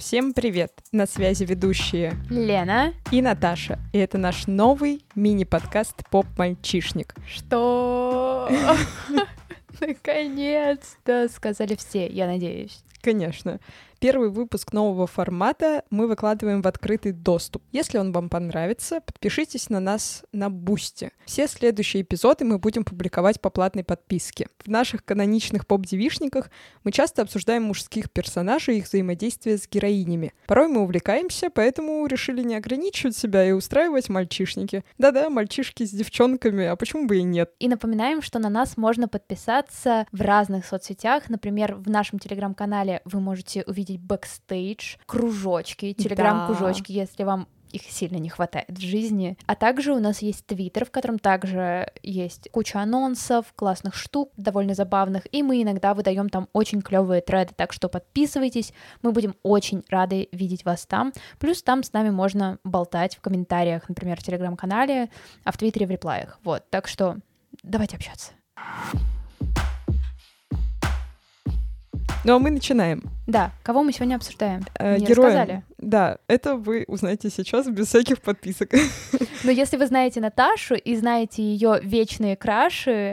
Всем привет! На связи ведущие Лена и Наташа. И это наш новый мини-подкаст «Поп-мальчишник». Что? Наконец-то сказали все, я надеюсь. Конечно. Первый выпуск нового формата мы выкладываем в открытый доступ. Если он вам понравится, подпишитесь на нас на Бусти. Все следующие эпизоды мы будем публиковать по платной подписке. В наших каноничных поп-девишниках мы часто обсуждаем мужских персонажей и их взаимодействие с героинями. Порой мы увлекаемся, поэтому решили не ограничивать себя и устраивать мальчишники. Да-да, мальчишки с девчонками, а почему бы и нет? И напоминаем, что на нас можно подписаться в разных соцсетях. Например, в нашем телеграм-канале вы можете увидеть бэкстейдж, кружочки, телеграм-кружочки, если вам их сильно не хватает в жизни. А также у нас есть Твиттер, в котором также есть куча анонсов, классных штук, довольно забавных, и мы иногда выдаем там очень клевые треды, так что подписывайтесь, мы будем очень рады видеть вас там. Плюс там с нами можно болтать в комментариях, например, в Телеграм-канале, а в Твиттере в реплаях. Вот, так что давайте общаться. Ну а мы начинаем. Да, кого мы сегодня обсуждаем? Не Героем. рассказали. Да, это вы узнаете сейчас без всяких подписок. Но если вы знаете Наташу и знаете ее вечные краши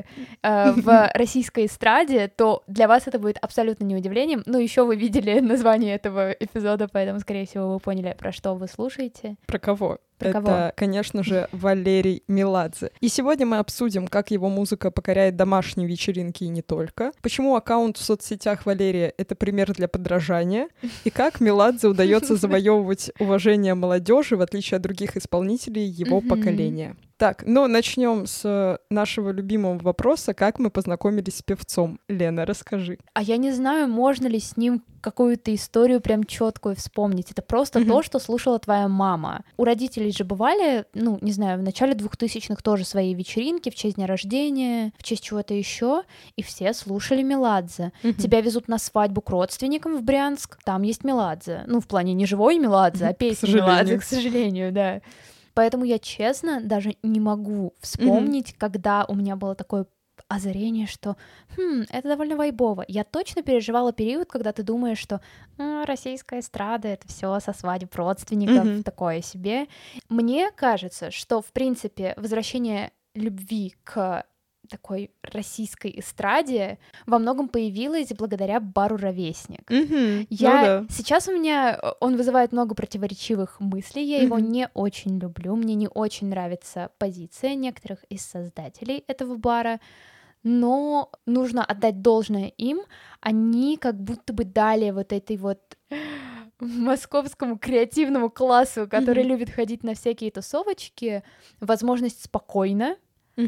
в российской эстраде, то для вас это будет абсолютно не удивлением. Ну, еще вы видели название этого эпизода, поэтому, скорее всего, вы поняли, про что вы слушаете. Про кого? Про Это, кого? конечно же, Валерий Меладзе. И сегодня мы обсудим, как его музыка покоряет домашние вечеринки и не только, почему аккаунт в соцсетях Валерия — это пример для подражания, и как Меладзе удается завоевывать уважение молодежи, в отличие от других исполнителей его поколения. Так, ну начнем с нашего любимого вопроса, как мы познакомились с певцом. Лена, расскажи. А я не знаю, можно ли с ним какую-то историю прям четкую вспомнить. Это просто то, что слушала твоя мама. У родителей же бывали, ну, не знаю, в начале 2000-х тоже свои вечеринки в честь дня рождения, в честь чего-то еще, и все слушали Меладзе. Тебя везут на свадьбу к родственникам в Брянск, там есть Меладзе. Ну, в плане не живой Меладзе, а песни Меладзе, к сожалению, да. Поэтому я, честно, даже не могу вспомнить, когда у меня было такое озарение, что это довольно вайбово. Я точно переживала период, когда ты думаешь, что российская эстрада — это все со свадеб родственников, такое себе. Мне кажется, что, в принципе, возвращение любви к такой российской эстраде во многом появилась благодаря бару «Ровесник». Сейчас у меня он вызывает много противоречивых мыслей, я его не очень люблю, мне не очень нравится позиция некоторых из создателей этого бара, но нужно отдать должное им, они как будто бы дали вот этой вот московскому креативному классу, который любит ходить на всякие тусовочки, возможность спокойно,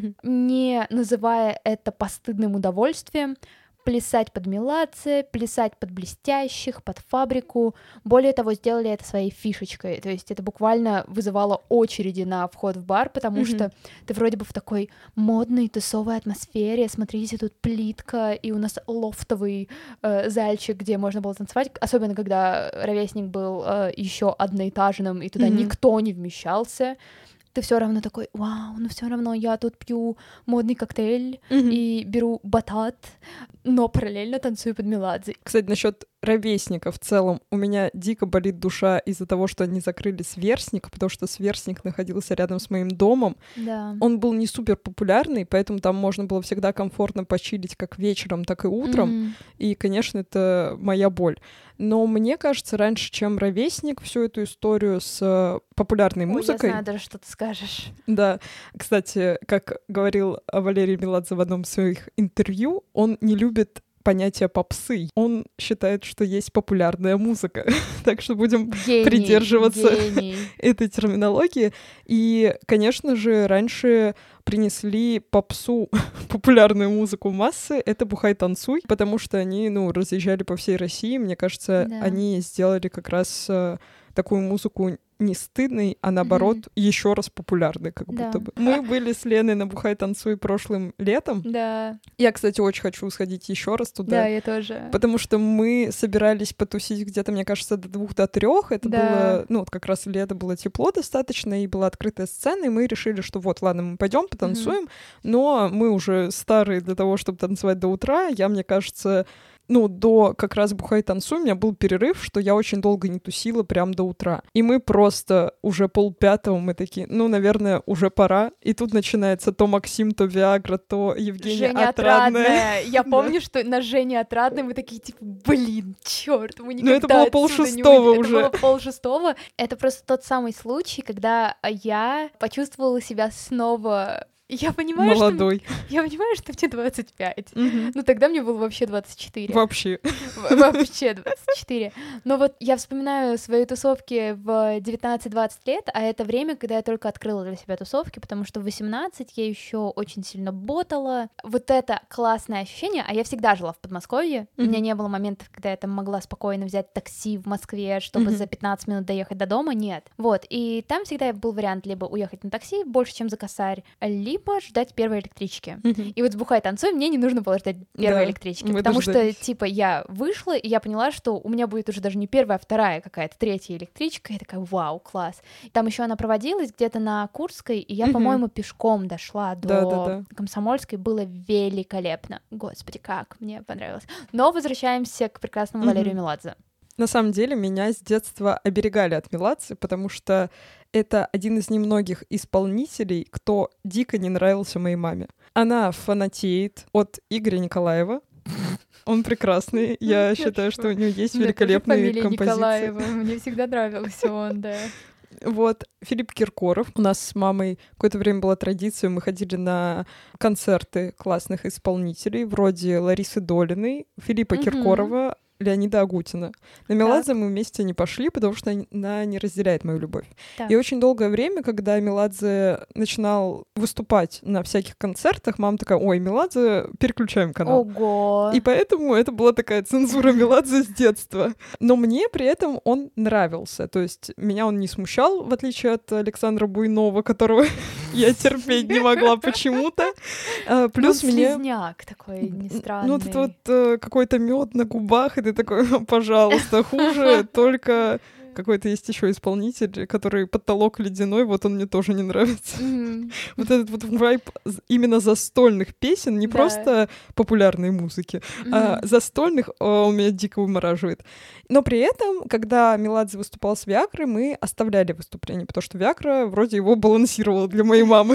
не называя это постыдным удовольствием, плясать под Меладзе, плясать под Блестящих, под Фабрику. Более того, сделали это своей фишечкой. То есть это буквально вызывало очереди на вход в бар, потому что ты вроде бы в такой модной тусовой атмосфере. Смотрите, тут плитка, и у нас лофтовый зальчик, где можно было танцевать. Особенно, когда «Ровесник» был еще одноэтажным, и туда никто не вмещался. Ты все равно такой: вау, ну все равно я тут пью модный коктейль и беру батат, но параллельно танцую под Меладзе. Кстати, насчет «Ровесника» в целом, у меня дико болит душа из-за того, что они закрыли «Сверстник», потому что «Сверстник» находился рядом с моим домом. Да. Он был не супер популярный, поэтому там можно было всегда комфортно почилить как вечером, так и утром. И, конечно, это моя боль. Но мне кажется, раньше, чем «Ровесник», всю эту историю с популярной музыкой... Я знаю даже, что ты скажешь. Да. Кстати, как говорил Валерий Меладзе в одном из своих интервью, он не любит понятие попсы. Он считает, что есть популярная музыка. Так что будем придерживаться этой терминологии. И, конечно же, раньше принесли попсу, популярную музыку в массы, это «Бухай, танцуй», потому что они, разъезжали по всей России. Мне кажется, они сделали как раз такую музыку не стыдной, а наоборот, еще раз популярной, как будто бы. Мы были с Леной на «Бухай, танцуй» прошлым летом. Да. Я, кстати, очень хочу сходить еще раз туда. Да, я тоже. Потому что мы собирались потусить где-то, мне кажется, до 2 до 3. Это было, вот как раз лето, было тепло достаточно, и была открытая сцена, и мы решили, что вот, ладно, мы пойдем потанцуем, но мы уже старые для того, чтобы танцевать до утра. Я, мне кажется, до как раз «Бухай, танцуй» у меня был перерыв, что я очень долго не тусила прям до утра. И мы просто уже 4:30 мы такие, наверное, уже пора. И тут начинается то Максим, то Виагра, то Евгения Женя Отрадная. Я помню, что на Жене Отрадной мы такие, типа, блин, чёрт, мы никогда это было отсюда не 5:30 уйдем. уже. Это было 5:30. Это просто тот самый случай, когда я почувствовала себя снова... Я понимаю, молодой. Я понимаю, что мне 25. Мгм. Ну, тогда мне было вообще 24. Вообще. Вообще 24. Но вот я вспоминаю свои тусовки в 19-20 лет, а это время, когда я только открыла для себя тусовки, потому что в 18 я еще очень сильно ботала. Вот это классное ощущение, а я всегда жила в Подмосковье. У меня не было моментов, когда я там могла спокойно взять такси в Москве, чтобы за 15 минут доехать до дома, нет. Вот, и там всегда был вариант либо уехать на такси больше, чем за косарь, либо ждать первой электрички. И вот с «Бухай, танцуй» мне не нужно было ждать первой электрички, потому что, типа, я вышла, и я поняла, что у меня будет уже даже не первая, а вторая какая-то, третья электричка, и я такая, вау, класс. Там еще она проводилась где-то на Курской, и я, по-моему, пешком дошла до Комсомольской, было великолепно. Господи, как мне понравилось. Но возвращаемся к прекрасному Валерию Меладзе. На самом деле, меня с детства оберегали от Меладзе, потому что это один из немногих исполнителей, кто дико не нравился моей маме. Она фанатеет от Игоря Николаева. Он прекрасный. Я считаю, что у него есть великолепные композиции. Николаева. Мне всегда нравился он, да. Вот, Филипп Киркоров. У нас с мамой какое-то время была традиция, мы ходили на концерты классных исполнителей, вроде Ларисы Долиной, Филиппа Киркорова, Леонида Агутина. На Меладзе мы вместе не пошли, потому что она не разделяет мою любовь. Так. И очень долгое время, когда Меладзе начинал выступать на всяких концертах, мама такая, ой, Меладзе, переключаем канал. Ого! И поэтому это была такая цензура Меладзе с детства. Но мне при этом он нравился. То есть меня он не смущал, в отличие от Александра Буйнова, которого я терпеть не могла почему-то. Плюс мне... слизняк такой нестранный. Ну, тут вот какой-то мед на губах, и ты такой, пожалуйста, хуже, только какой-то есть еще исполнитель, который «Потолок ледяной», вот он мне тоже не нравится. Вот этот вот вайб именно застольных песен, не просто популярной музыки, а застольных он меня дико вымораживает. Но при этом, когда Меладзе выступал с Виагрой, мы оставляли выступление, потому что Виагра вроде его балансировала для моей мамы.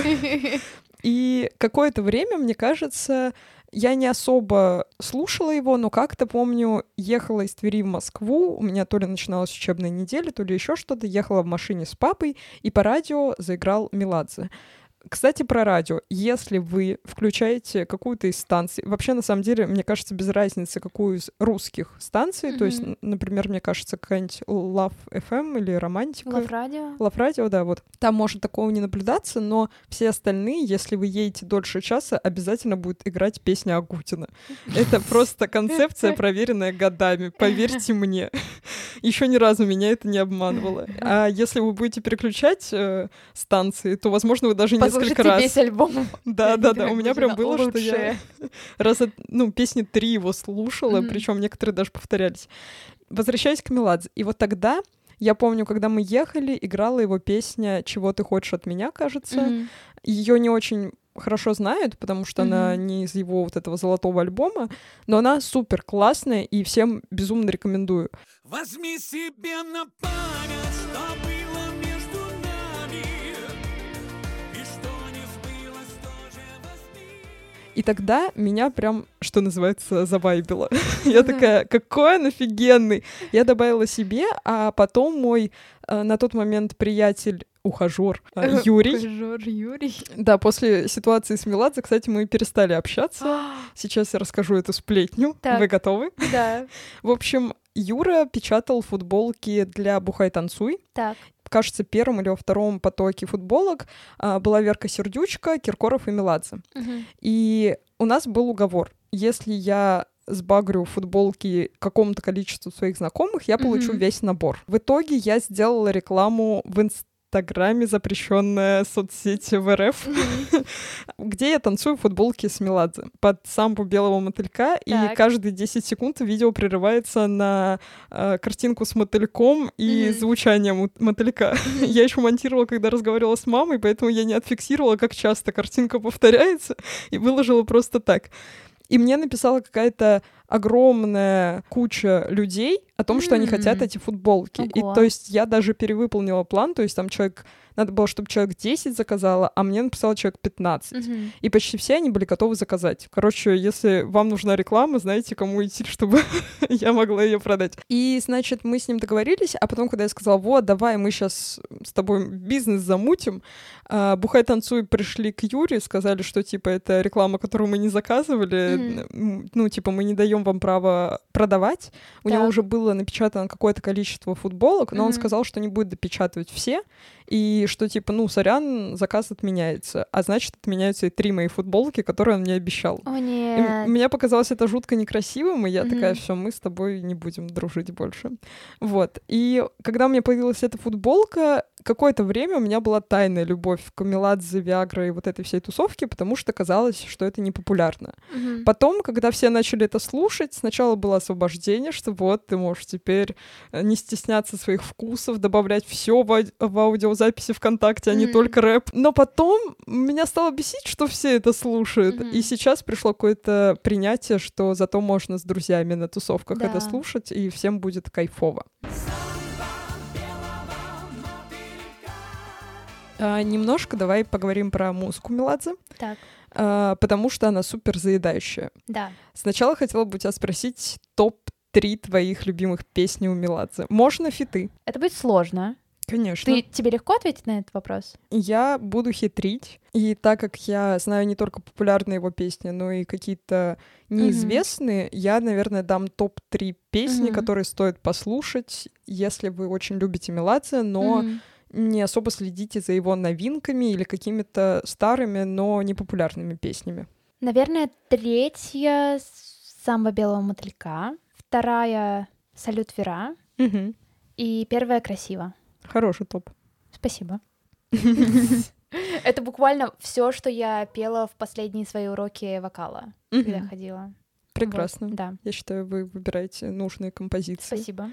И какое-то время, мне кажется, я не особо слушала его, но как-то помню, ехала из Твери в Москву, у меня то ли начиналась учебная неделя, то ли еще что-то, ехала в машине с папой, и по радио заиграл Меладзе. Кстати, про радио. Если вы включаете какую-то из станций, вообще, на самом деле, мне кажется, без разницы, какую из русских станций, то есть, например, мне кажется, какая-нибудь Love FM или Романтика. Love Radio. Love Radio, да, вот. Там может такого не наблюдаться, но все остальные, если вы едете дольше часа, обязательно будет играть песня Агутина. Это просто концепция, проверенная годами, поверьте мне. Еще ни разу меня это не обманывало. А если вы будете переключать станции, то, возможно, вы даже несколько раз... весь альбом. Да. У меня прям было, что я песни 3 его слушала, причем некоторые даже повторялись. Возвращаясь к Меладзе. И вот тогда, я помню, когда мы ехали, играла его песня «Чего ты хочешь от меня», кажется. Ее не очень хорошо знают, потому что она не из его вот этого золотого альбома, но она супер классная, и всем безумно рекомендую. Возьми себе на память, что было между нами, и что не сбылось, тоже возьми. И тогда меня прям, что называется, завайбило. Я такая, какой он офигенный! Я добавила себе, а потом мой на тот момент приятель, ухажёр Юрий. Да, после ситуации с Меладзе, кстати, мы перестали общаться. Сейчас я расскажу эту сплетню. Так. Вы готовы? Да. В общем, Юра печатал футболки для «Бухай, танцуй». Так. Кажется, первом или во втором потоке футболок была Верка Сердючка, Киркоров и Меладзе. И у нас был уговор. Если я сбагрю футболки какому-то количеству своих знакомых, я получу весь набор. В итоге я сделала рекламу в Инстаграме, запрещенная соцсеть в РФ, где я танцую в футболке с Меладзе под самбу белого мотылька, и каждые 10 секунд видео прерывается на картинку с мотыльком и звучание мотылька. Я еще монтировала, когда разговаривала с мамой, поэтому я не отфиксировала, как часто картинка повторяется, и выложила просто так. И мне написала какая-то огромная куча людей о том, что они хотят эти футболки. И Ого. то есть я даже перевыполнила план, то есть там надо было, чтобы человек 10 заказала, а мне написал человек 15. И почти все они были готовы заказать. Короче, если вам нужна реклама, знаете, кому идти, чтобы я могла ее продать. И, значит, мы с ним договорились, а потом, когда я сказала, вот, давай мы сейчас с тобой бизнес замутим, Бухай Танцуй пришли к Юре, сказали, что, типа, это реклама, которую мы не заказывали, ну, типа, мы не даем вам право продавать. У него уже было напечатано какое-то количество футболок, но он сказал, что не будет допечатывать все, и что, типа, ну, сорян, заказ отменяется. А значит, отменяются и 3 мои футболки, которые он мне обещал. О, И нет. мне показалось это жутко некрасивым, и я такая, все, мы с тобой не будем дружить больше. Вот. И когда у меня появилась эта футболка, какое-то время у меня была тайная любовь к Меладзе, Виагра и вот этой всей тусовке, потому что казалось, что это непопулярно. Потом, когда все начали это слушать, сначала было освобождение, что вот, ты можешь теперь не стесняться своих вкусов, добавлять все в аудиозаписи ВКонтакте, а не только рэп. Но потом меня стало бесить, что все это слушают. И сейчас пришло какое-то принятие, что зато можно с друзьями на тусовках это слушать, и всем будет кайфово. Немножко давай поговорим про музыку Меладзе. Так, Потому что она супер заедающая. да. Сначала хотела бы у тебя спросить топ-3 твоих любимых песни у Меладзе. Можно фиты? Это будет сложно. Конечно. Тебе легко ответить на этот вопрос? Я буду хитрить, и так как я знаю не только популярные его песни, но и какие-то неизвестные, я, наверное, дам топ-3 песни, которые стоит послушать, если вы очень любите Меладзе, но не особо следите за его новинками или какими-то старыми, но непопулярными песнями. Наверное, 3-я «Самба белого мотылька», 2-я «Салют Вера» и 1-я «Красиво». Хороший топ. Спасибо. Это буквально все, что я пела в последние свои уроки вокала, когда ходила. Прекрасно. Вот, да. Я считаю, вы выбираете нужные композиции. Спасибо.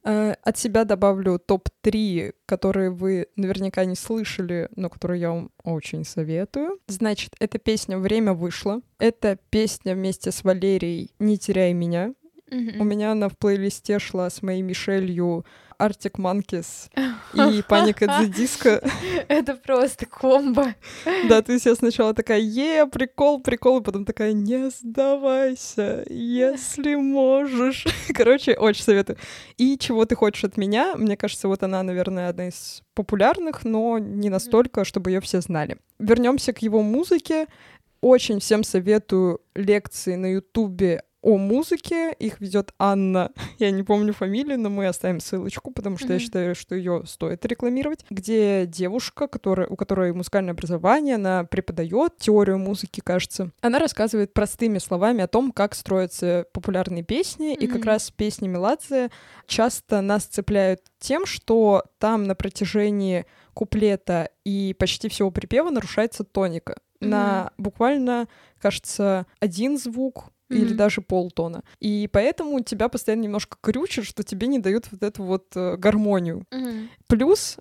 От себя добавлю топ-3, которые вы наверняка не слышали, но которые я вам очень советую. Значит, эта песня «Время вышло». Это песня вместе с Валерией «Не теряй меня». У меня она в плейлисте шла с моей Мишелью Arctic Monkeys и Panic! At the Disco. Это просто комбо. Да, ты сейчас сначала такая, прикол, и потом такая, не сдавайся, если можешь. Короче, очень советую. И «Чего ты хочешь от меня?» Мне кажется, вот она, наверное, одна из популярных, но не настолько, чтобы ее все знали. Вернемся к его музыке. Очень всем советую лекции на Ютубе о музыке. Их ведет Анна. Я не помню фамилию, но мы оставим ссылочку, потому что я считаю, что ее стоит рекламировать. Где девушка, у которой музыкальное образование, она преподает теорию музыки, кажется. Она рассказывает простыми словами о том, как строятся популярные песни. И как раз песни Меладзе часто нас цепляют тем, что там на протяжении куплета и почти всего припева нарушается тоника. На буквально, кажется, 1 звук или даже полтона. И поэтому тебя постоянно немножко крючат, что тебе не дают вот эту вот гармонию. Плюс,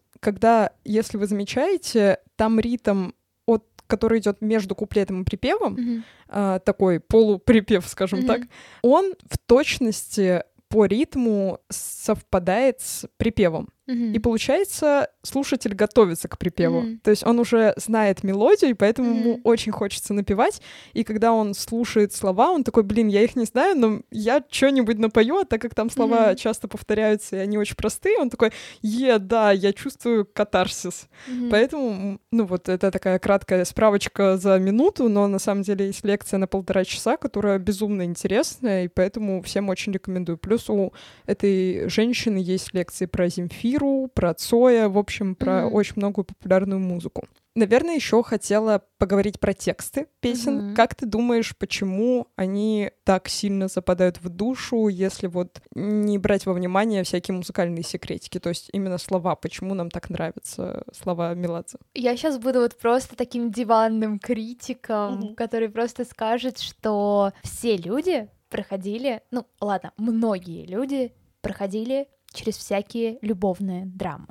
если вы замечаете, там ритм, который идет между куплетом и припевом, такой полуприпев, скажем так, он в точности по ритму совпадает с припевом. И получается, слушатель готовится к припеву. То есть он уже знает мелодию, и поэтому ему очень хочется напевать. И когда он слушает слова, он такой, я их не знаю, но я что-нибудь напою, а так как там слова часто повторяются, и они очень простые, он такой, да, я чувствую катарсис. Поэтому, вот это такая краткая справочка за минуту, но на самом деле есть лекция на 1,5 часа, которая безумно интересная, и поэтому всем очень рекомендую. Плюс у этой женщины есть лекции про Земфиру, про Цоя, в общем, про очень многую популярную музыку. Наверное, еще хотела поговорить про тексты песен. Как ты думаешь, почему они так сильно западают в душу, если вот не брать во внимание всякие музыкальные секретики? То есть именно слова. Почему нам так нравятся слова Меладзе? Я сейчас буду вот просто таким диванным критиком, который просто скажет, что все люди проходили, многие люди проходили через всякие любовные драмы.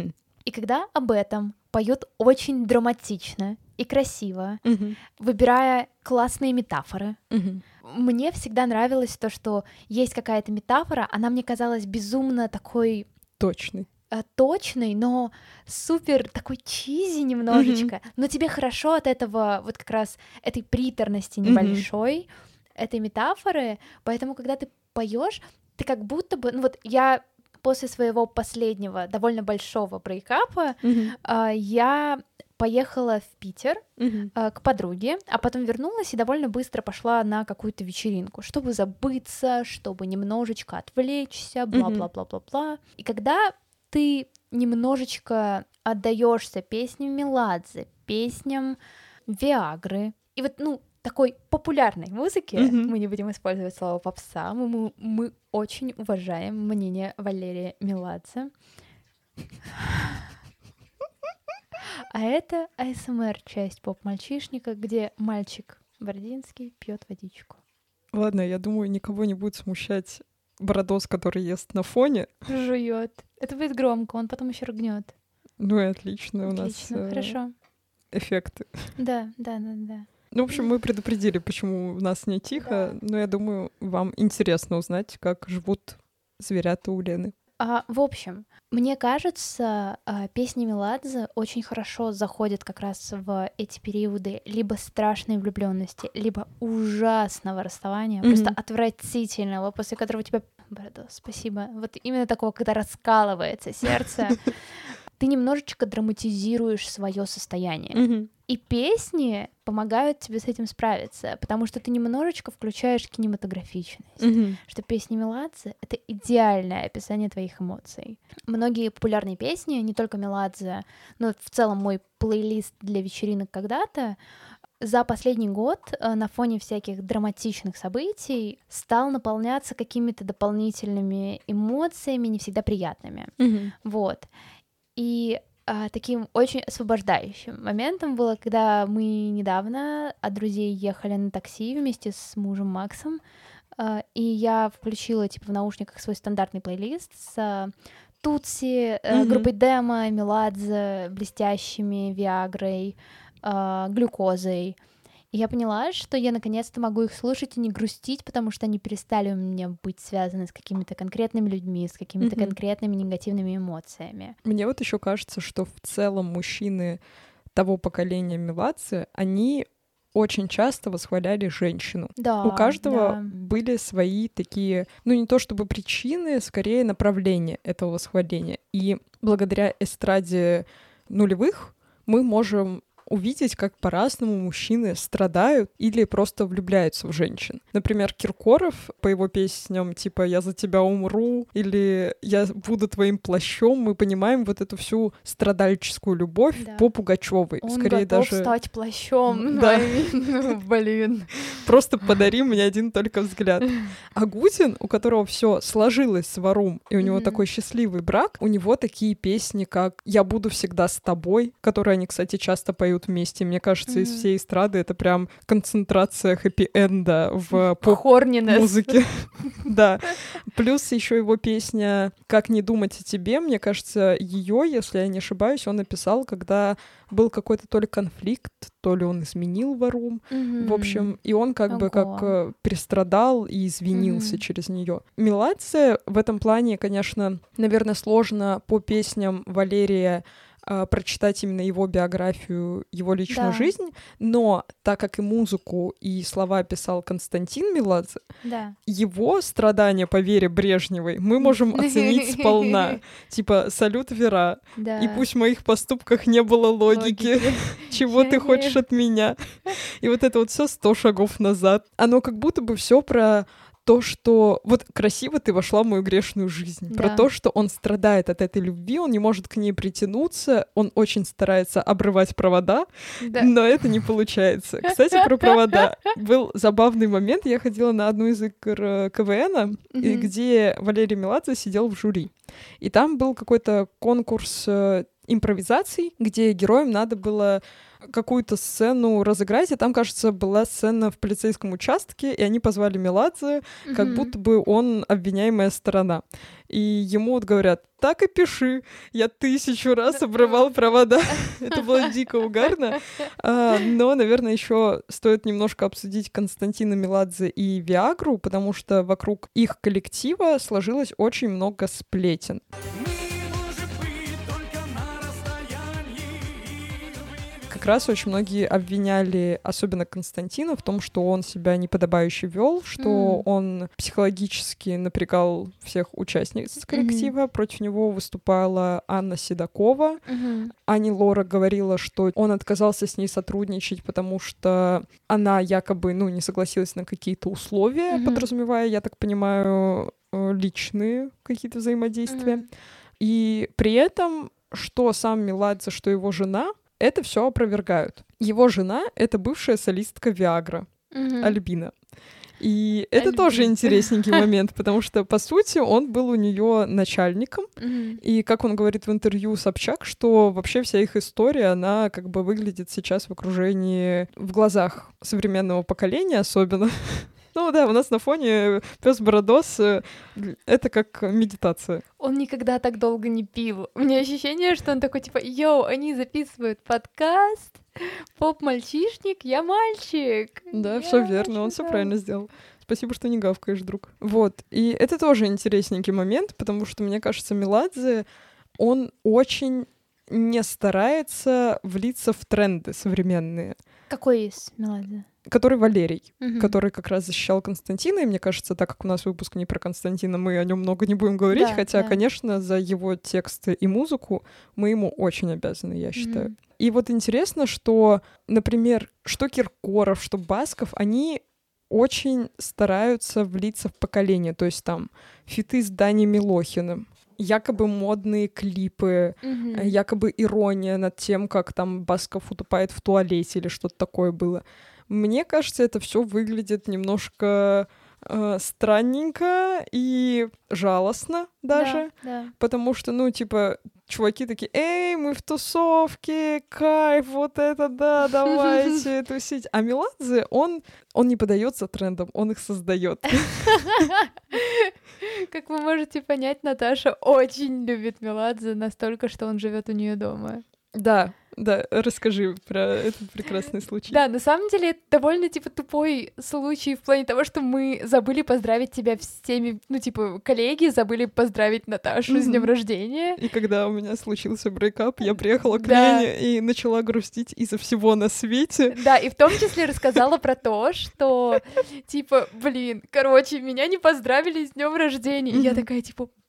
И когда об этом поют очень драматично и красиво, выбирая классные метафоры, Мне всегда нравилось то, что есть какая-то метафора, она мне казалась безумно такой Точный. точной, но супер такой чизи немножечко, но тебе хорошо от этого, вот как раз этой приторности небольшой, этой метафоры, поэтому, когда ты поешь, ты как будто бы, ну вот я после своего последнего довольно большого брейкапа, я поехала в Питер к подруге, а потом вернулась и довольно быстро пошла на какую-то вечеринку, чтобы забыться, чтобы немножечко отвлечься, бла-бла-бла-бла-бла. И когда ты немножечко отдаешься песням Меладзе, песням Виагры, и вот, ну, такой популярной музыки, мы не будем использовать слово попса, мы очень уважаем мнение Валерия Меладзе. А это АСМР-часть поп-мальчишника, где мальчик Бородинский пьет водичку. Ладно, я думаю, никого не будет смущать Бородос, который ест на фоне. Жует. Это будет громко, он потом еще рыгнет. Ну и отлично, у нас Отлично, хорошо. эффекты. Да. Ну, в общем, мы предупредили, почему у нас не тихо, но я думаю, вам интересно узнать, как живут зверята у Лены. В общем, мне кажется, песни Меладзе очень хорошо заходят как раз в эти периоды либо страшной влюбленности, либо ужасного расставания, просто отвратительного, после которого у тебя... Бородос, спасибо. Вот именно такого, когда раскалывается сердце, ты немножечко драматизируешь свое состояние. И песни помогают тебе с этим справиться, потому что ты немножечко включаешь кинематографичность, что песни Меладзе — это идеальное описание твоих эмоций. Многие популярные песни, не только Меладзе, но в целом мой плейлист для вечеринок когда-то, за последний год на фоне всяких драматичных событий стал наполняться какими-то дополнительными эмоциями, не всегда приятными. Вот. И таким очень освобождающим моментом было, когда мы недавно от друзей ехали на такси вместе с мужем Максом, и я включила типа в наушниках свой стандартный плейлист с Тутси, группой Демо, Меладзе, Блестящими, Виагрой, Глюкозой. И я поняла, что я наконец-то могу их слушать и не грустить, потому что они перестали у меня быть связаны с какими-то конкретными людьми, с какими-то конкретными негативными эмоциями. Мне вот еще кажется, что в целом мужчины того поколения Меладзе, они очень часто восхваляли женщину. Да, у каждого были свои такие, ну не то чтобы причины, скорее направления этого восхваления. И благодаря эстраде нулевых мы можем увидеть, как по-разному мужчины страдают или просто влюбляются в женщин. Например, Киркоров по его песням типа «Я за тебя умру» или «Я буду твоим плащом», мы понимаем вот эту всю страдальческую любовь по Пугачёвой. Он скорее готов даже стать плащом. Да. Блин. Просто подари мне один только взгляд. А Гутин, у которого все сложилось с Варум, и у него такой счастливый брак, у него такие песни, как «Я буду всегда с тобой», которые они, кстати, часто поют вместе. Мне кажется, из всей эстрады это прям концентрация хэппи-энда в поп-музыке. Да. Плюс еще его песня «Как не думать о тебе», мне кажется, ее, если я не ошибаюсь, он написал, когда был какой-то то ли конфликт, то ли он изменил Варум. В общем, и он как бы как перестрадал и извинился через нее. Меладзе в этом плане, конечно, наверное, сложно по песням Валерия прочитать именно его биографию, его личную жизнь, но так как и музыку, и слова писал Константин Меладзе, его страдания по Вере Брежневой мы можем оценить сполна. Типа «Салют, Вера», и пусть в моих поступках не было логики, чего ты хочешь от меня. И вот это вот все 100 шагов назад. Оно как будто бы все про то, что вот красиво ты вошла в мою грешную жизнь, про то, что он страдает от этой любви, он не может к ней притянуться, он очень старается обрывать провода, но это не получается. Кстати, про провода. Был забавный момент, я ходила на одну из игр КВНа, где Валерий Меладзе сидел в жюри. И там был какой-то конкурс импровизаций, где героям надо было какую-то сцену разыграть, и там, кажется, была сцена в полицейском участке, и они позвали Меладзе, как будто бы он обвиняемая сторона. И ему вот говорят: так и пиши, я 1000 раз обрывал провода. Это было дико угарно. Но, наверное, еще стоит немножко обсудить Константина Меладзе и Виагру, потому что вокруг их коллектива сложилось очень много сплетен. Как раз очень многие обвиняли, особенно Константина, в том, что он себя неподобающе вел, что он психологически напрягал всех участниц коллектива. Против него выступала Анна Седокова. Ани Лорак говорила, что он отказался с ней сотрудничать, потому что она якобы, не согласилась на какие-то условия, подразумевая, я так понимаю, личные какие-то взаимодействия. И при этом, что сам Меладзе, что его жена, это все опровергают. Его жена — это бывшая солистка Виагра, Альбина. И это тоже интересненький момент, потому что, по сути, он был у нее начальником. И, как он говорит в интервью Собчак, что вообще вся их история, она как бы выглядит сейчас в окружении, в глазах современного поколения особенно. Ну да, у нас на фоне пёс Бородос — это как медитация. Он никогда так долго не пил. У меня ощущение, что он такой, типа: йоу, они записывают подкаст, поп-мальчишник, я мальчик. Да, все верно, он все правильно сделал. Спасибо, что не гавкаешь, друг. Вот, и это тоже интересненький момент, потому что, мне кажется, Меладзе, он очень не старается влиться в тренды современные. Какой из Меладзе? Который Валерий, который как раз защищал Константина, и мне кажется, так как у нас выпуск не про Константина, мы о нем много не будем говорить, хотя, конечно, за его тексты и музыку мы ему очень обязаны, я считаю. И вот интересно, что, например, что Киркоров, что Басков, они очень стараются влиться в поколение, то есть там фиты с Даней Милохиным, якобы модные клипы, якобы ирония над тем, как там Басков утопает в туалете или что-то такое было. Мне кажется, это все выглядит немножко странненько и жалостно даже, потому что, чуваки такие: эй, мы в тусовке, кайф, вот это да, давайте тусить. А Меладзе, он не поддается трендам, он их создает. Как вы можете понять, Наташа очень любит Меладзе настолько, что он живет у нее дома. Да, расскажи про этот прекрасный случай. Да, на самом деле это довольно, тупой случай в плане того, что мы забыли поздравить тебя всеми, коллеги забыли поздравить Наташу с днем рождения. И когда у меня случился брейкап, я приехала к Лене и начала грустить из-за всего на свете. Да, и в том числе рассказала про то, что, меня не поздравили с днем рождения. И я такая,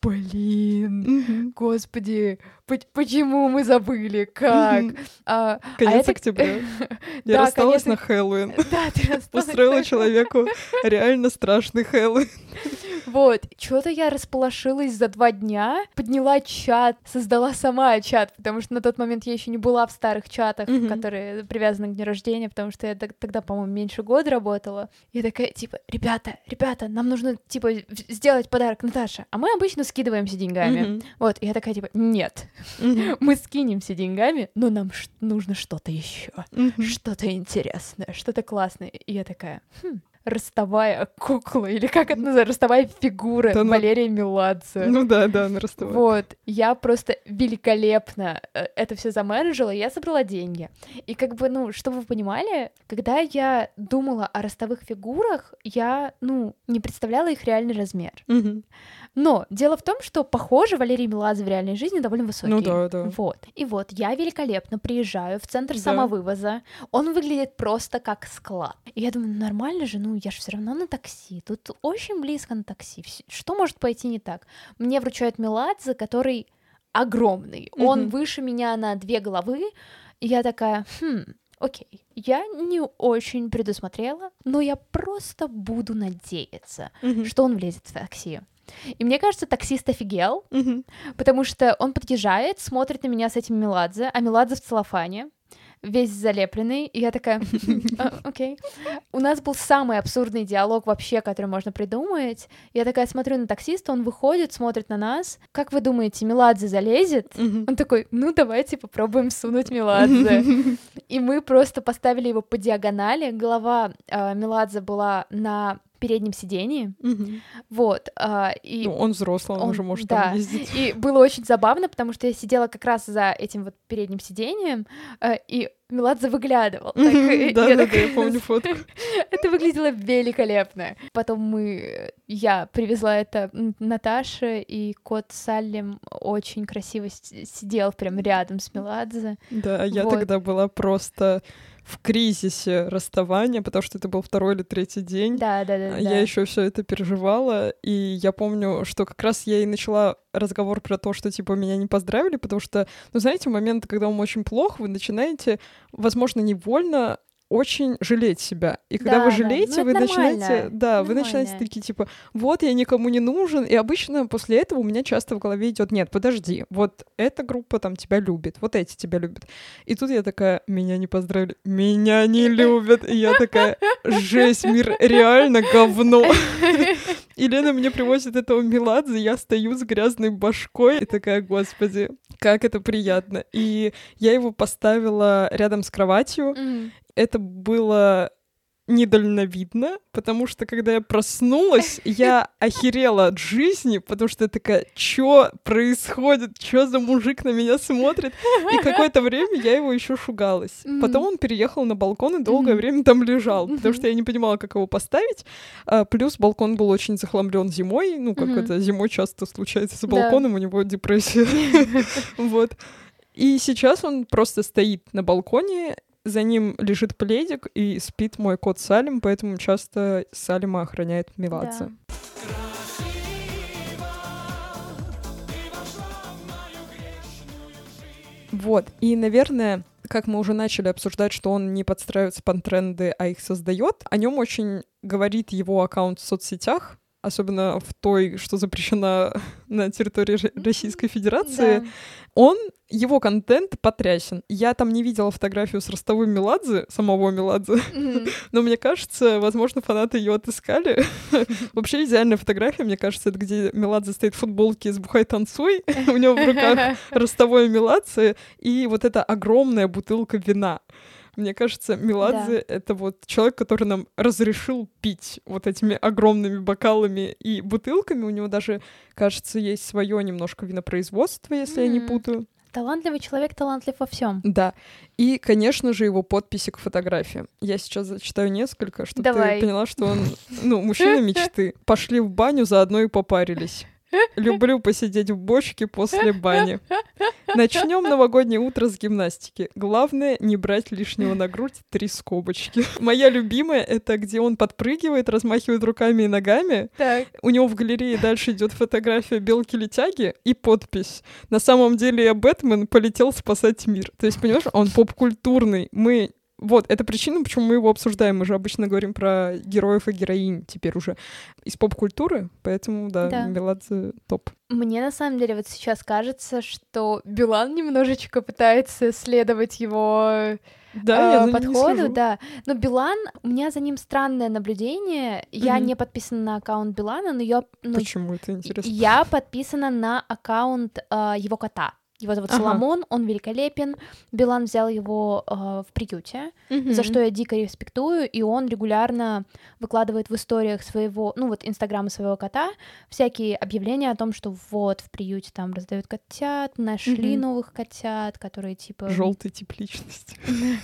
господи, почему мы забыли, как? Конец октября. Я рассталась на Хэллоуин. Да, ты рассталась. Устроила человеку реально страшный Хэллоуин. Вот, что-то я располошилась за 2 дня, подняла чат, создала сама чат, потому что на тот момент я еще не была в старых чатах, которые привязаны к дню рождения, потому что я тогда, по-моему, меньше года работала. Я такая, ребята, нам нужно, сделать подарок Наташе, а мы обычно скидываемся деньгами. Вот, и я такая, нет, мы скинемся деньгами, но нам нужно что-то еще, что-то интересное, что-то классное. И я такая, ростовая кукла, или как это называется, ростовая фигура Валерия Меладзе. Она ростовая. Вот, я просто великолепно это все заменеджила, я собрала деньги. И чтобы вы понимали, когда я думала о ростовых фигурах, я, не представляла их реальный размер. Но дело в том, что, похоже, Валерий Меладзе в реальной жизни довольно высокий. Да. Вот. И вот, я великолепно приезжаю в центр самовывоза, он выглядит просто как склад. И я думаю, нормально же, я же все равно на такси, тут очень близко на такси, что может пойти не так? Мне вручают Меладзе, который огромный, он выше меня на 2 головы, и я такая, окей, я не очень предусмотрела, но я просто буду надеяться, что он влезет в такси. И мне кажется, таксист офигел, потому что он подъезжает, смотрит на меня с этим Меладзе, а Меладзе в целлофане, весь залепленный, и я такая, окей. У нас был самый абсурдный диалог вообще, который можно придумать. Я такая смотрю на таксиста, он выходит, смотрит на нас. Как вы думаете, Меладзе залезет? Он такой, ну давайте попробуем сунуть Меладзе. И мы просто поставили его по диагонали. Голова Меладзе была на переднем сидении, вот. И он взрослый, он уже может там ездить. И было очень забавно, потому что я сидела как раз за этим вот передним сиденьем, и Меладзе выглядывал. Да, я помню фотку. Это выглядело великолепно. Потом я привезла это Наташе, и кот Саллим очень красиво сидел прям рядом с Меладзе. Да, я тогда была просто в кризисе расставания, потому что это был 2-й или 3-й день. Да. Я еще все это переживала, и я помню, что как раз я и начала разговор про то, что, типа, меня не поздравили, потому что, ну, знаете, в момент, когда вам очень плохо, вы начинаете, возможно, невольно очень жалеть себя. И когда вы жалеете, вы начинаете... Да, вы начинаете такие, типа, вот, я никому не нужен. И обычно после этого у меня часто в голове идет: нет, подожди, вот эта группа там тебя любит, вот эти тебя любят. И тут я такая: меня не поздравили, меня не любят. И я такая: жесть, мир реально говно. И Лена мне привозит этого Меладзе, я стою с грязной башкой и такая: господи, как это приятно. И я его поставила рядом с кроватью. Это было недальновидно, потому что, когда я проснулась, я охерела от жизни, потому что я такая: чё происходит? Чё за мужик на меня смотрит? И какое-то время я его еще шугалась. Потом он переехал на балкон и долгое время там лежал, потому что я не понимала, как его поставить. Плюс балкон был очень захламлен зимой, ну, как это зимой часто случается с балконом, у него депрессия. Вот. И сейчас он просто стоит на балконе, за ним лежит пледик, и спит мой кот Салим, поэтому часто Салима охраняет Меладзе. Вот, и, наверное, как мы уже начали обсуждать, что он не подстраивается под тренды, а их создает, о нем очень говорит его аккаунт в соцсетях, особенно в той, что запрещена на территории Российской Федерации. Его контент потрясен. Я там не видела фотографию с ростовым Меладзе, самого Меладзе, но мне кажется, возможно, фанаты ее отыскали. Вообще идеальная фотография, мне кажется, это где Меладзе стоит в футболке с «Бухай, танцуй», у него в руках ростовой Меладзе и вот эта огромная бутылка вина. Мне кажется, Меладзе — это вот человек, который нам разрешил пить вот этими огромными бокалами и бутылками. У него даже, кажется, есть свое немножко винопроизводство, если я не путаю. Талантливый человек, талантлив во всем. Да. И, конечно же, его подписи к фотографиям. Я сейчас зачитаю несколько, чтобы ты поняла, что он, мужчина мечты. Пошли в баню, заодно и попарились. Люблю посидеть в бочке после бани. Начнем новогоднее утро с гимнастики. Главное, не брать лишнего на грудь, 3 скобочки. Моя любимая — это где он подпрыгивает, размахивает руками и ногами. Так. У него в галерее дальше идет фотография белки-летяги и подпись: на самом деле я Бэтмен, полетел спасать мир. То есть, понимаешь, он поп-культурный. Вот, это причина, почему мы его обсуждаем. Мы же обычно говорим про героев и героинь теперь уже из поп-культуры, поэтому, да. Меладзе топ. Мне, на самом деле, вот сейчас кажется, что Билан немножечко пытается следовать его подходу, да. Но Билан, у меня за ним странное наблюдение. Я не подписана на аккаунт Билана, но я... Почему это интересно? Я подписана на аккаунт его кота. Его зовут Соломон, он великолепен. Билан взял его в приюте, за что я дико респектую, и он регулярно выкладывает в историях своего, инстаграма своего кота всякие объявления о том, что вот в приюте там раздают котят, нашли новых котят, которые типа... Желтый тип личности.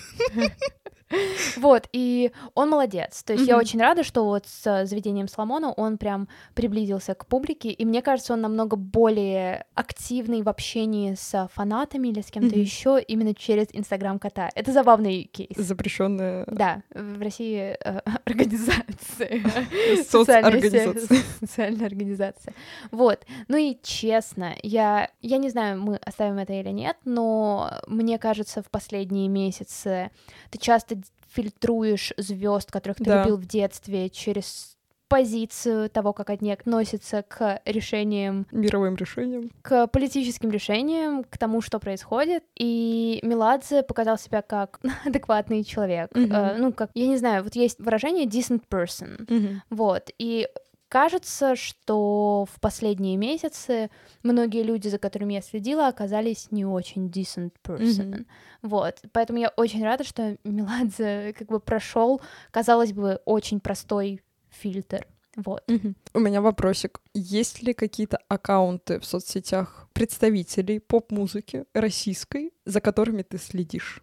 Вот, и он молодец. То есть я очень рада, что вот с заведением Соломона он прям приблизился к публике, и мне кажется, он намного более активный в общении с фанатами или с кем-то еще именно через Инстаграм кота. Это забавный кейс. Запрещенная. Да, в России организация. Социальная организация. Вот. Ну и честно, я не знаю, мы оставим это или нет, но мне кажется, в последние месяцы ты часто фильтруешь звезд, которых ты любил в детстве, через позицию того, как они относятся к решениям, Мировым решением. к политическим решениям, к тому, что происходит. И Меладзе показал себя как адекватный человек. Ну, как, я не знаю, вот есть выражение decent person. Вот. И кажется, что в последние месяцы многие люди, за которыми я следила, оказались не очень decent person. Вот. Поэтому я очень рада, что Меладзе как бы прошел, казалось бы, очень простой фильтр. Вот. У меня вопросик. Есть ли какие-то аккаунты в соцсетях представителей поп-музыки российской, за которыми ты следишь?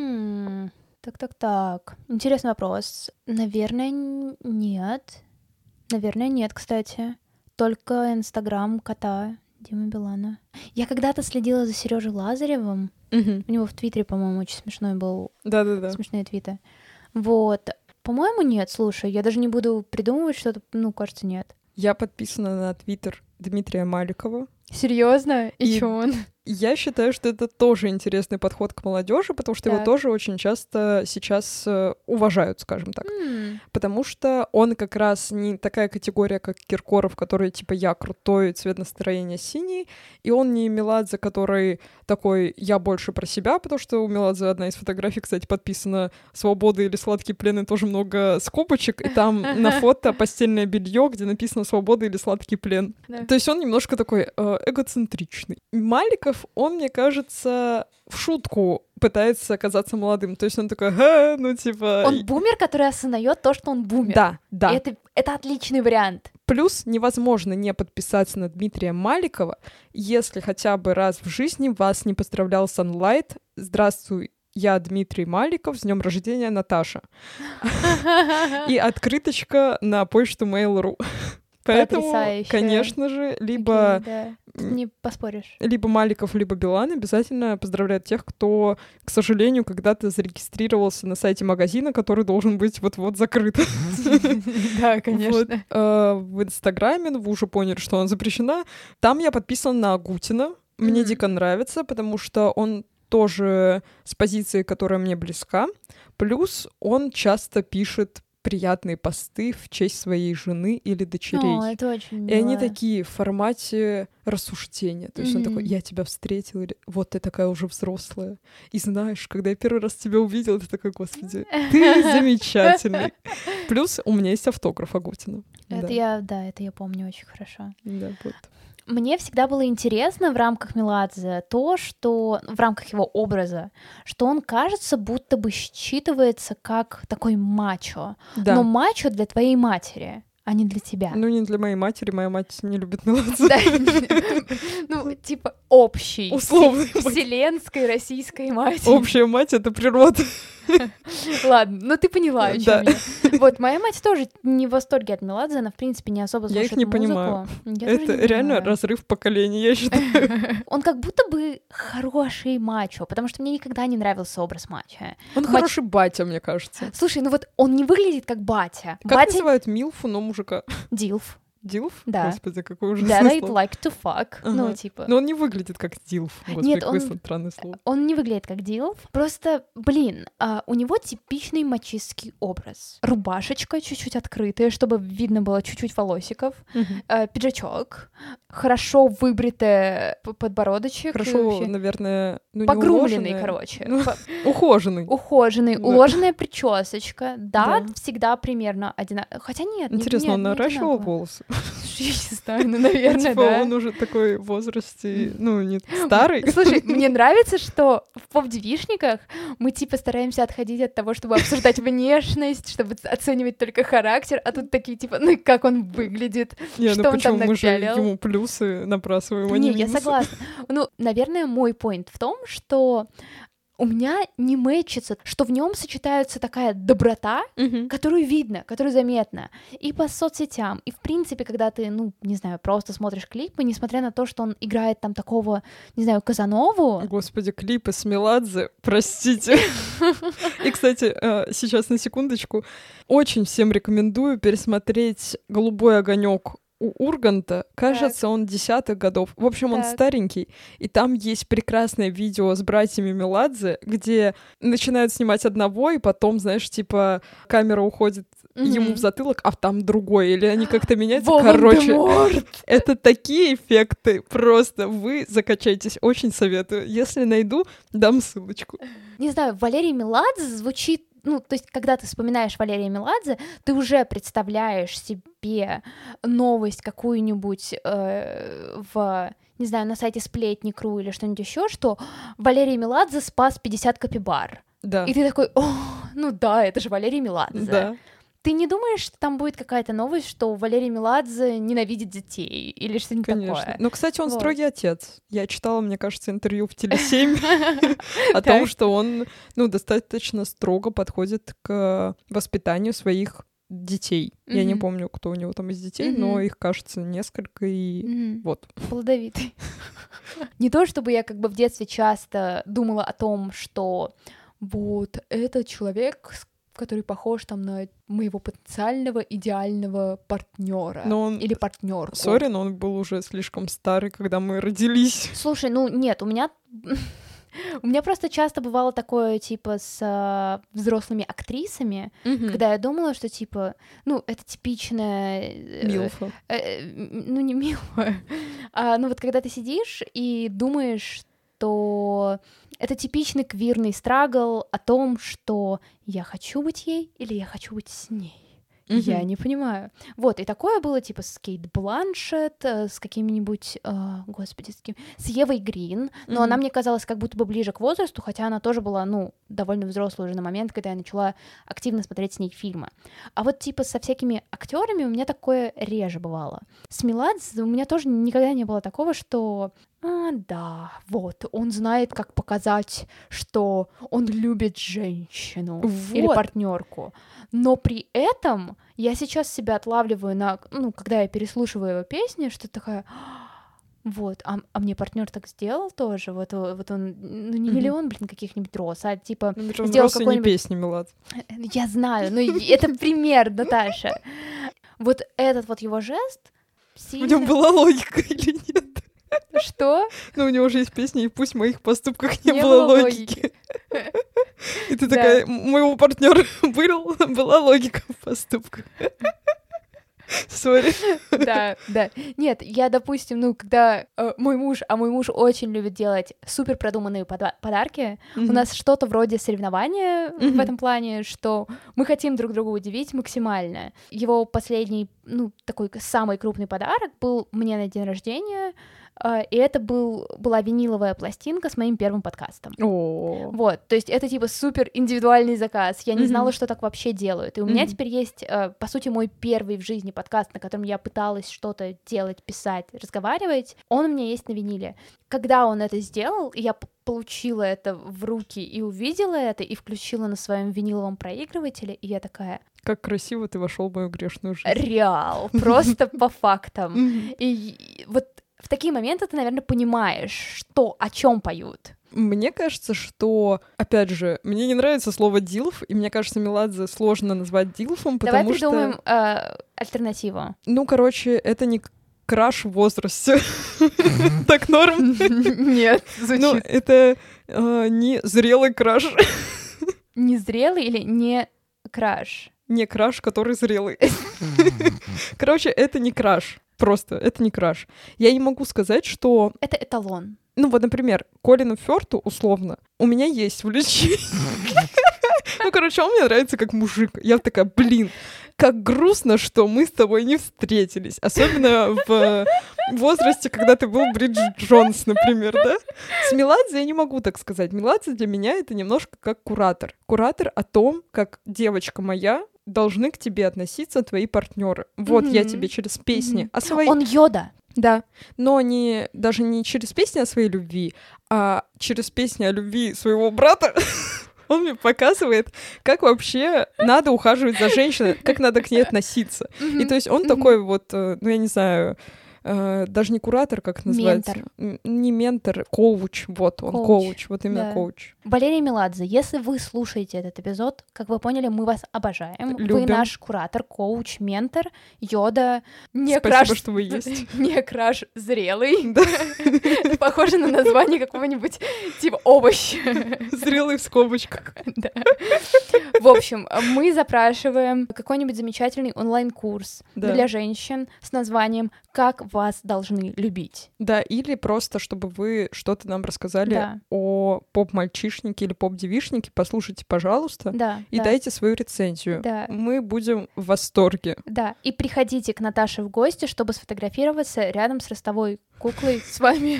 Так. Интересный вопрос. Наверное, нет. Наверное, нет, кстати. Только Инстаграм кота Димы Билана. Я когда-то следила за Сережей Лазаревым. У него в Твиттере, по-моему, очень смешной был. Да-да-да. Смешные твиты. Вот. По-моему, нет, слушай, я даже не буду придумывать что-то, кажется, нет. Я подписана на Твиттер Дмитрия Маликова. Серьезно? И чё он? Я считаю, что это тоже интересный подход к молодежи, потому что его тоже очень часто сейчас уважают, скажем так. Потому что он как раз не такая категория, как Киркоров, который типа «я крутой, цвет настроения синий», и он не Меладзе, который такой «я больше про себя», потому что у Меладзе одна из фотографий, кстати, подписана «Свобода или сладкий плен», и тоже много скобочек, и там на фото постельное белье, где написано «Свобода или сладкий плен». То есть он немножко такой эгоцентричный. Маликов, он, мне кажется, в шутку пытается оказаться молодым. То есть он такой, типа... Он бумер, который осознает то, что он бумер. Да. И это отличный вариант. Плюс невозможно не подписаться на Дмитрия Маликова, если хотя бы раз в жизни вас не поздравлял Sunlight. Здравствуй, я Дмитрий Маликов, с днем рождения, Наташа. И открыточка на почту Mail.ru. Поэтому, потрясающе. Конечно же, либо... Не поспоришь. Либо Маликов, либо Билан обязательно поздравляют тех, кто, к сожалению, когда-то зарегистрировался на сайте магазина, который должен быть вот-вот закрыт. Да, конечно. В Инстаграме, вы уже поняли, что она запрещена. Там я подписана на Агутина. Мне дико нравится, потому что он тоже с позиции, которая мне близка. Плюс он часто пишет приятные посты в честь своей жены или дочерей. Это очень мило. И они такие в формате рассуждения. То есть он такой, я тебя встретил, или вот ты такая уже взрослая. И знаешь, когда я первый раз тебя увидел, ты такой, господи, ты замечательный. Плюс у меня есть автограф Агутина. Это я помню очень хорошо. Да, вот. Мне всегда было интересно в рамках Меладзе то, что в рамках его образа, что он кажется, будто бы считывается как такой мачо. Да. Но мачо для твоей матери, а не для тебя. Ну, не для моей матери, моя мать не любит Меладзе. Ну, типа общий. Условный. Вселенской российской матери. Общая мать — это природа. Ладно, ну ты поняла, о чем я. Вот, моя мать тоже не в восторге от Меладзе, она, в принципе, не особо слушает музыку. Я их не понимаю. Это реально разрыв поколений, я считаю. Он как будто бы хороший мачо, потому что мне никогда не нравился образ мачо. Он хороший батя, мне кажется. Слушай, ну вот он не выглядит как батя. Как называют милфу, но мужика? Дилф. Дилф? Да. Господи, какое ужасное Да, I'd слово. like to fuck. Ну, типа... Но он не выглядит как дилф. Господи, Нет, какое странное слово. Он не выглядит как дилф. Просто, у него типичный мачистский образ. Рубашечка чуть-чуть открытая, чтобы видно было чуть-чуть волосиков. Пиджачок. Хорошо выбритый подбородочек. Хорошо, наверное, погрумленный, короче. Ухоженный. Ухоженный. Уложенная причесочка. Да, всегда примерно одинаково. Хотя нет. Интересно, он наращивал волосы? Я не знаю, ну, наверное, типа да. он уже такой в возрасте, не старый. Слушай, мне нравится, что в поп-девишниках мы, типа, стараемся отходить от того, чтобы обсуждать внешность, чтобы оценивать только характер, а тут такие, типа, как он выглядит, что он там напялил. Мы же ему плюсы набрасываем, а не минусы. Я согласна. Наверное, мой поинт в том, что у меня не мэчится, что в нем сочетается такая доброта, которую видно, которую заметно и по соцсетям, и в принципе, когда ты, не знаю, просто смотришь клипы, несмотря на то, что он играет там такого, не знаю, Казанову. Господи, клипы с Меладзе, простите. И, кстати, сейчас на секундочку, очень всем рекомендую пересмотреть «Голубой огонек» у Урганта. Кажется, он 10-х годов. В общем, он старенький. И там есть прекрасное видео с братьями Меладзе, где начинают снимать одного, и потом, знаешь, типа камера уходит ему в затылок, а там другой, или они как-то меняются. Волан-де-Морт! Короче, это такие эффекты, просто вы закачаетесь, очень советую. Если найду, дам ссылочку. Не знаю, Валерий Меладзе звучит, ну, то есть, когда ты вспоминаешь Валерия Меладзе, ты уже представляешь себе новость какую-нибудь не знаю, на сайте Сплетни.ру или что-нибудь еще, что Валерий Меладзе спас 50 капибар. Да. И ты такой, ну да, это же Валерий Меладзе. Да. Ты не думаешь, что там будет какая-то новость, что Валерий Меладзе ненавидит детей или что-нибудь Конечно. такое? Ну, кстати, он Вот. строгий отец. Я читала, мне кажется, интервью в Теле7 о том, что он, ну, достаточно строго подходит к воспитанию своих детей. Я не помню, кто у него там из детей, но их, кажется, несколько, и вот. Плодовитый. Не то, чтобы я как бы в детстве часто думала о том, что вот этот человек, который похож там на моего потенциального идеального партнера или партнерку. Сори, но он был уже слишком старый, когда мы родились. Слушай, ну нет, у меня просто часто бывало такое, типа, с взрослыми актрисами, когда я думала, что, типа, ну, это типичная... Милфа. Ну, не милфа. Ну, вот когда ты сидишь и думаешь, что это типичный квирный страгл о том, что я хочу быть ей или я хочу быть с ней. Я не понимаю. Вот, и такое было, типа, с Кейт Бланшетт, с какими-нибудь, господи, с Евой Грин, но она мне казалась как будто бы ближе к возрасту, хотя она тоже была, ну, довольно взрослая уже на момент, когда я начала активно смотреть с ней фильмы. А вот, типа, со всякими актерами у меня такое реже бывало. С Меладзе у меня тоже никогда не было такого, что... да, вот, он знает, как показать, что он любит женщину или партнерку. Но при этом я сейчас себя отлавливаю на, ну, когда я переслушиваю его песни, что такая, вот, а мне партнер так сделал тоже, вот он, ну, не миллион, блин, каких-нибудь роз, а типа сделал какой-нибудь... песни, Мелад. Я знаю, но это пример, Наташа. Вот этот вот его жест сильно... В нем была логика или нет? Что? Ну, у него же есть песня «И пусть в моих поступках не было логики». И ты такая, моего партнера была логика в поступках. Сори. Да. Нет, я, допустим, ну, когда мой муж очень любит делать супер продуманные подарки, у нас что-то вроде соревнования в этом плане, что мы хотим друг друга удивить максимально. Его последний, ну, такой самый крупный подарок был мне на день рождения, и это была виниловая пластинка с моим первым подкастом. Вот, то есть это типа супер индивидуальный заказ. Я не знала, что так вообще делают. И у меня теперь есть, по сути, мой первый в жизни подкаст, на котором я пыталась что-то делать, писать, разговаривать. Он у меня есть на виниле. Когда он это сделал, и я получила это в руки и увидела это, и включила на своем виниловом проигрывателе, и я такая... Как красиво ты вошел в мою грешную жизнь. Реал, просто по фактам. И вот в такие моменты ты, наверное, понимаешь, о чем поют. Мне кажется, что, опять же, мне не нравится слово «дилф», и мне кажется, Меладзе сложно назвать дилфом, потому что... Давай придумаем альтернативу. Ну, короче, это не краш в возрасте. Так норм? Нет, звучит. Ну, это не зрелый краш. Не зрелый или не краш? Не краш, который зрелый. Короче, это не краш. Просто, это не краш. Я не могу сказать, что... Это эталон. Ну вот, например, Колину Фёрту, условно, у меня есть влечение. Ну, короче, он мне нравится как мужик. Я такая, блин, как грустно, что мы с тобой не встретились. Особенно в возрасте, когда ты был Бриджит Джонс, например, да? С Меладзе я не могу так сказать. Меладзе для меня это немножко как куратор. Куратор о том, как девочка моя должны к тебе относиться твои партнеры. Вот я тебе через песни о своей... Он Йода. Да, но даже не через песни о своей любви, а через песни о любви своего брата. Он мне показывает, как вообще надо ухаживать за женщиной, как надо к ней относиться. И то есть он такой вот, ну я не знаю, даже не куратор, как назвать? Не ментор, коуч, вот он, коуч, вот именно коуч. Валерия Меладзе, если вы слушаете этот эпизод, как вы поняли, мы вас обожаем. Любим. Вы наш куратор, коуч, ментор, йода, не Спасибо, краш... что вы есть. Не краш зрелый. Это похоже на название какого-нибудь типа овощ. Зрелый в скобочках. Да. В общем, мы запрашиваем какой-нибудь замечательный онлайн-курс для женщин с названием «Как вас должны любить». Да, или просто, чтобы вы что-то нам рассказали о поп-мальчишнике или поп-девишнике, послушайте, пожалуйста, и дайте свою рецензию. Да. Мы будем в восторге. Да, и приходите к Наташе в гости, чтобы сфотографироваться рядом с ростовой куклой с вами.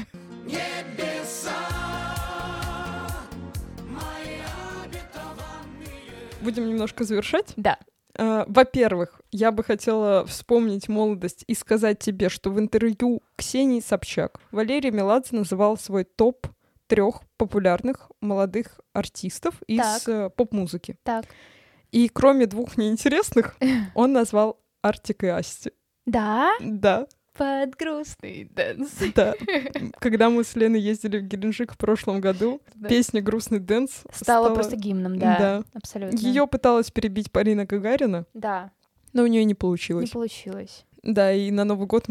Будем немножко завершать? Да. Во-первых, я бы хотела вспомнить молодость и сказать тебе, что в интервью Ксении Собчак Валерий Меладзе называл свой топ 3 популярных молодых артистов из поп-музыки. Так. И кроме 2 неинтересных, он назвал Артик и Асти. Да? Да. Под грустный дэнс. Да. Когда мы с Леной ездили в Геленджик в прошлом году, песня «Грустный дэнс» стала просто гимном, да. Абсолютно. Ее пыталась перебить Полина Гагарина. Да. Но у нее не получилось. Не получилось. Да, и на Новый год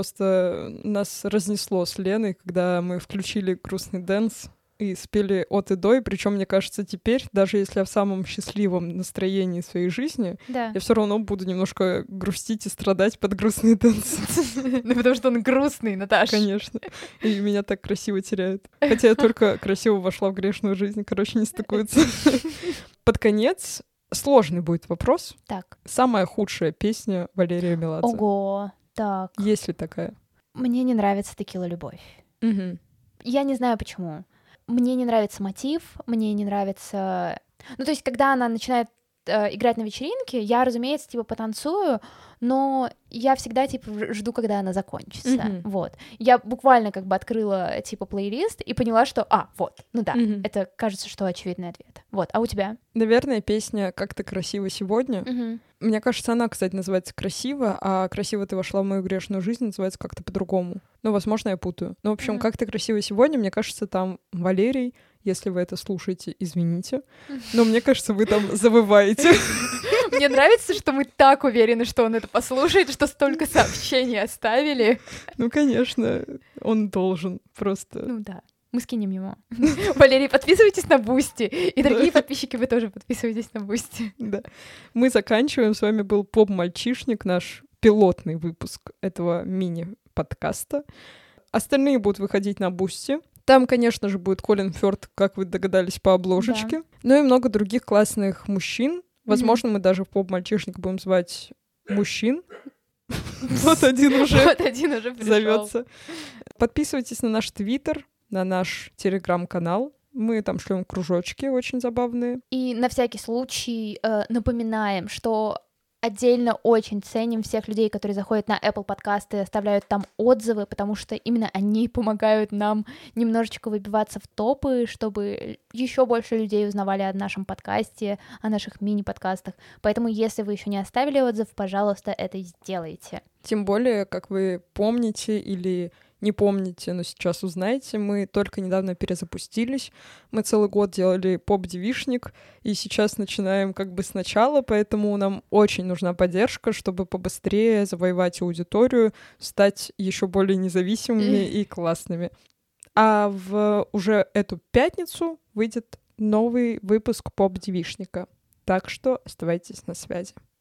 нас разнесло с Леной, когда мы включили «Грустный дэнс» и спели от и до, и причем, мне кажется, теперь, даже если я в самом счастливом настроении своей жизни, я все равно буду немножко грустить и страдать под грустный дэнс. Ну, потому что он грустный, Наташа. Конечно. И меня так красиво теряют. Хотя я только красиво вошла в грешную жизнь, короче, не стыкуется. Под конец сложный будет вопрос. Так. Самая худшая песня Валерия Меладзе. Ого, так. Есть ли такая? Мне не нравится «Текила любовь». Угу. Я не знаю, почему. Мне не нравится мотив, мне не нравится... Ну, то есть, когда она начинает играть на вечеринке, я, разумеется, типа, потанцую, но я всегда, типа, жду, когда она закончится, вот. Я буквально, как бы, открыла, типа, плейлист и поняла, что, вот, ну да, это, кажется, что очевидный ответ. Вот, а у тебя? Наверное, песня «Как ты красива сегодня». Мне кажется, она, кстати, называется «Красиво», а «Красиво ты вошла в мою грешную жизнь» называется как-то по-другому. Ну, возможно, я путаю. Ну, в общем, «Как ты красива сегодня», мне кажется, там Валерий, если вы это слушаете, извините, но мне кажется, вы там завываете. Мне нравится, что мы так уверены, что он это послушает, что столько сообщений оставили. Ну, конечно, он должен просто... Ну да. Мы скинем ему. Валерий, подписывайтесь на Бусти. И, дорогие подписчики, вы тоже подписывайтесь на Бусти. Да. Мы заканчиваем. С вами был Поп-мальчишник, наш пилотный выпуск этого мини-подкаста. Остальные будут выходить на Бусти. Там, конечно же, будет Колин Фёрд, как вы догадались, по обложечке. Ну и много других классных мужчин. Возможно, мы даже в Поп-мальчишник будем звать мужчин. Вот один уже зовется. Подписывайтесь на наш Твиттер, на наш Телеграм-канал. Мы там шлем кружочки очень забавные. И на всякий случай напоминаем, что отдельно очень ценим всех людей, которые заходят на Apple подкасты и оставляют там отзывы, потому что именно они помогают нам немножечко выбиваться в топы, чтобы еще больше людей узнавали о нашем подкасте, о наших мини-подкастах. Поэтому, если вы еще не оставили отзыв, пожалуйста, это сделайте. Тем более, как вы помните или не помните, но сейчас узнаете, мы только недавно перезапустились. Мы целый год делали поп-девишник, и сейчас начинаем как бы сначала, поэтому нам очень нужна поддержка, чтобы побыстрее завоевать аудиторию, стать еще более независимыми и классными. А в уже эту пятницу выйдет новый выпуск поп-девишника. Так что оставайтесь на связи.